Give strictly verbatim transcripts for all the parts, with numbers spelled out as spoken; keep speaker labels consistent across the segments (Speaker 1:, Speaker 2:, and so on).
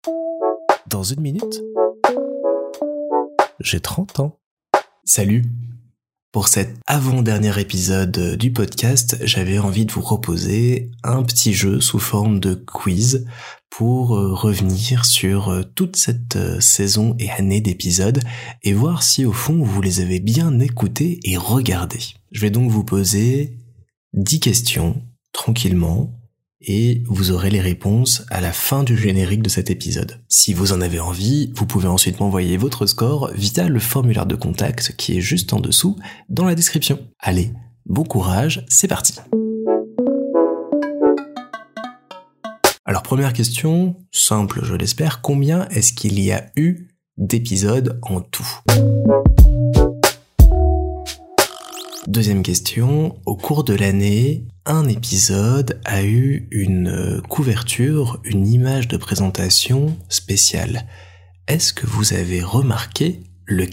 Speaker 1: Dans une minute, j'ai trente ans. Salut! Pour cet avant-dernier épisode du podcast, j'avais envie de vous proposer un petit jeu sous forme de quiz pour revenir sur toute cette saison et année d'épisodes et voir si au fond vous les avez bien écoutés et regardés. Je vais donc vous poser dix questions tranquillement et vous aurez les réponses à la fin du générique de cet épisode. Si vous en avez envie, vous pouvez ensuite m'envoyer votre score via le formulaire de contact qui est juste en dessous dans la description. Allez, bon courage, c'est parti. Alors première question, simple je l'espère, combien est-ce qu'il y a eu d'épisodes en tout ? Deuxième question, au cours de l'année, un épisode a eu une couverture, une image de présentation spéciale. Est-ce que vous avez remarqué lequel ?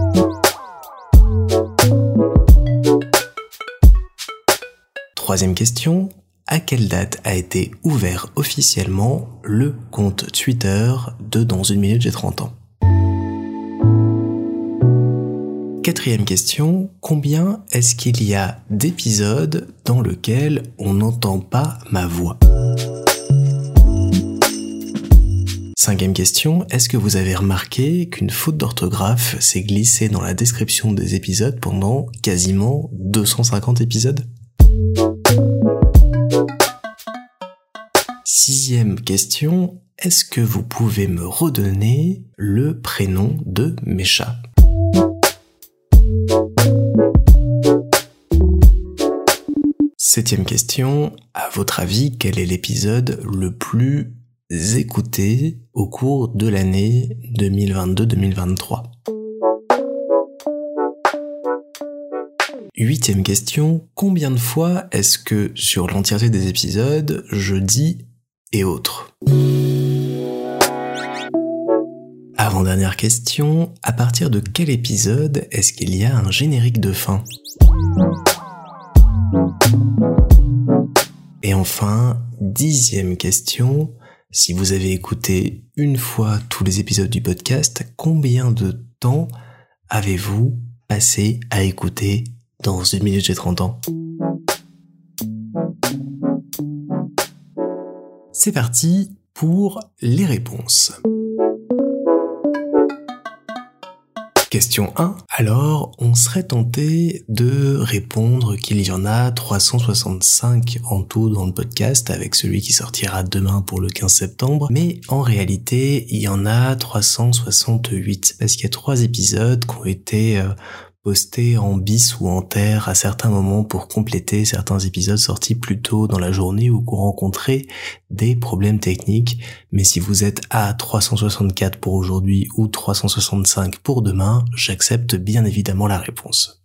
Speaker 1: Troisième question, à quelle date a été ouvert officiellement le compte Twitter de Dans une minute j'ai trente ans ? Quatrième question, combien est-ce qu'il y a d'épisodes dans lesquels on n'entend pas ma voix ? Cinquième question, est-ce que vous avez remarqué qu'une faute d'orthographe s'est glissée dans la description des épisodes pendant quasiment deux cent cinquante épisodes ? Sixième question, est-ce que vous pouvez me redonner le prénom de mes chats ? Septième question, à votre avis, quel est l'épisode le plus écouté au cours de l'année deux mille vingt-deux deux mille vingt-trois ? Huitième question, combien de fois est-ce que sur l'entièreté des épisodes, je dis « et autres » ? Avant-dernière question, à partir de quel épisode est-ce qu'il y a un générique de fin ? Et enfin, dixième question, si vous avez écouté une fois tous les épisodes du podcast, combien de temps avez-vous passé à écouter Dans une minute j'ai trente ans ? C'est parti pour les réponses. Question un. Alors, on serait tenté de répondre qu'il y en a trois cent soixante-cinq en tout dans le podcast, avec celui qui sortira demain pour le quinze septembre. Mais en réalité, il y en a trois cent soixante-huit, parce qu'il y a trois épisodes qui ont été euh, postés en bis ou en terre à certains moments pour compléter certains épisodes sortis plus tôt dans la journée ou qui ont rencontré des problèmes techniques. Mais si vous êtes à trois cent soixante-quatre pour aujourd'hui ou trois cent soixante-cinq pour demain, j'accepte bien évidemment la réponse.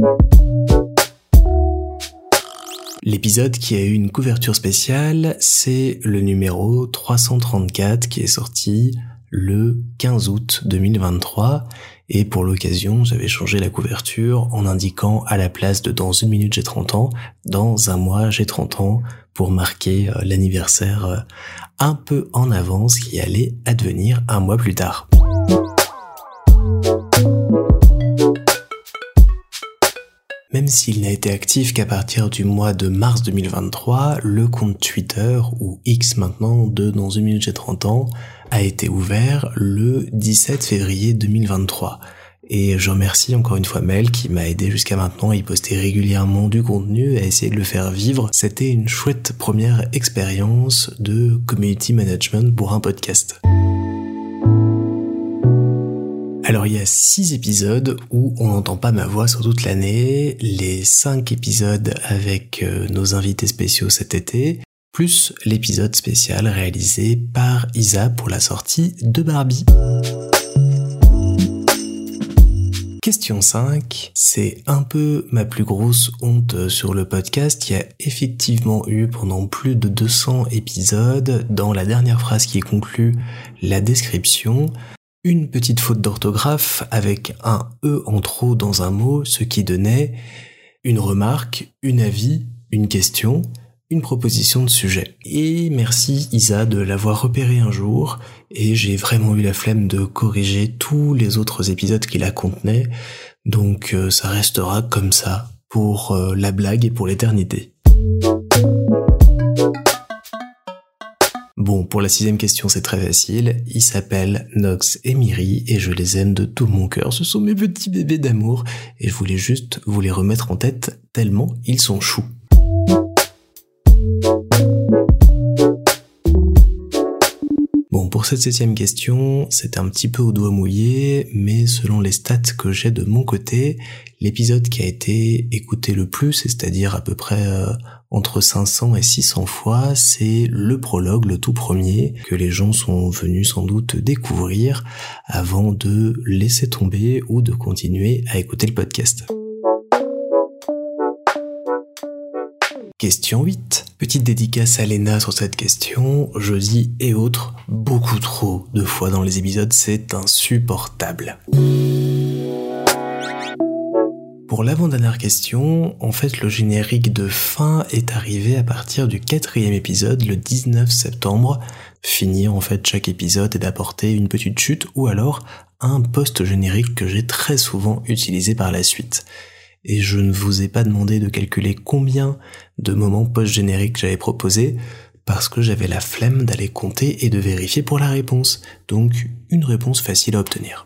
Speaker 1: L'épisode qui a eu une couverture spéciale, c'est le numéro trois cent trente-quatre qui est sorti le quinze août deux mille vingt-trois. Et pour l'occasion, j'avais changé la couverture en indiquant à la place de Dans une minute j'ai trente ans, dans un mois j'ai trente ans, pour marquer euh, l'anniversaire euh, un peu en avance qui allait advenir un mois plus tard. Même s'il n'a été actif qu'à partir du mois de mars deux mille vingt-trois, le compte Twitter, ou X maintenant, de Dans une minute j'ai trente ans, a été ouvert le dix-sept février deux mille vingt-trois. Et je remercie encore une fois Mel qui m'a aidé jusqu'à maintenant à y poster régulièrement du contenu, à essayer de le faire vivre. C'était une chouette première expérience de community management pour un podcast. Alors il y a six épisodes où on n'entend pas ma voix sur toute l'année, les cinq épisodes avec euh, nos invités spéciaux cet été, plus l'épisode spécial réalisé par Isa pour la sortie de Barbie. Question cinq, c'est un peu ma plus grosse honte sur le podcast. Il y a effectivement eu pendant plus de deux cents épisodes, dans la dernière phrase qui conclut la description, une petite faute d'orthographe avec un « e » en trop dans un mot, ce qui donnait une remarque, une avis, une question, une proposition de sujet. Et merci Isa de l'avoir repéré un jour, et j'ai vraiment eu la flemme de corriger tous les autres épisodes qui la contenaient, donc euh, ça restera comme ça pour euh, la blague et pour l'éternité. Bon, pour la sixième question, c'est très facile. Ils s'appellent Nox et Miri et je les aime de tout mon cœur. Ce sont mes petits bébés d'amour et je voulais juste vous les remettre en tête tellement ils sont choux. Bon, pour cette septième question, c'est un petit peu au doigt mouillé, mais selon les stats que j'ai de mon côté, l'épisode qui a été écouté le plus, c'est-à-dire à peu près euh, entre cinq cents et six cents fois, c'est le prologue, le tout premier, que les gens sont venus sans doute découvrir avant de laisser tomber ou de continuer à écouter le podcast. Question huit. Petite dédicace à Léna sur cette question. Je dis et autres beaucoup trop de fois dans les épisodes, c'est insupportable. Pour l'avant-dernière question, en fait le générique de fin est arrivé à partir du quatrième épisode, le dix-neuf septembre. Finir en fait chaque épisode et d'apporter une petite chute ou alors un post-générique que j'ai très souvent utilisé par la suite. Et je ne vous ai pas demandé de calculer combien de moments post-génériques j'avais proposé, parce que j'avais la flemme d'aller compter et de vérifier pour la réponse. Donc, une réponse facile à obtenir.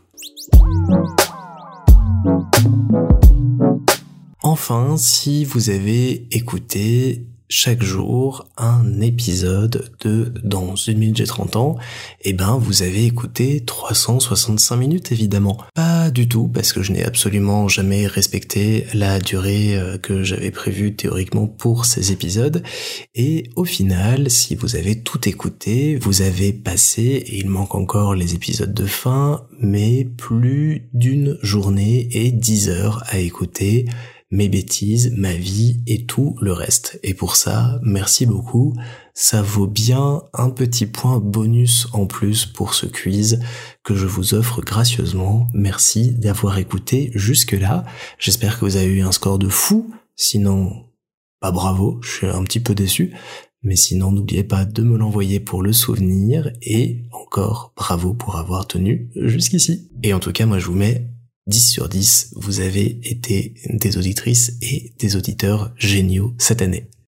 Speaker 1: Enfin, si vous avez écouté chaque jour un épisode de Dans une minute j'ai trente ans, eh ben vous avez écouté trois cent soixante-cinq minutes évidemment. Pas du tout, parce que je n'ai absolument jamais respecté la durée que j'avais prévue théoriquement pour ces épisodes. Et au final, si vous avez tout écouté, vous avez passé, et il manque encore les épisodes de fin, mais plus d'une journée et dix heures à écouter mes bêtises, ma vie et tout le reste. Et pour ça, merci beaucoup. Ça vaut bien un petit point bonus en plus pour ce quiz que je vous offre gracieusement. Merci d'avoir écouté jusque-là. J'espère que vous avez eu un score de fou. Sinon, pas bravo, je suis un petit peu déçu. Mais sinon, n'oubliez pas de me l'envoyer pour le souvenir. Et encore, bravo pour avoir tenu jusqu'ici. Et en tout cas, moi je vous mets dix sur dix, vous avez été des auditrices et des auditeurs géniaux cette année.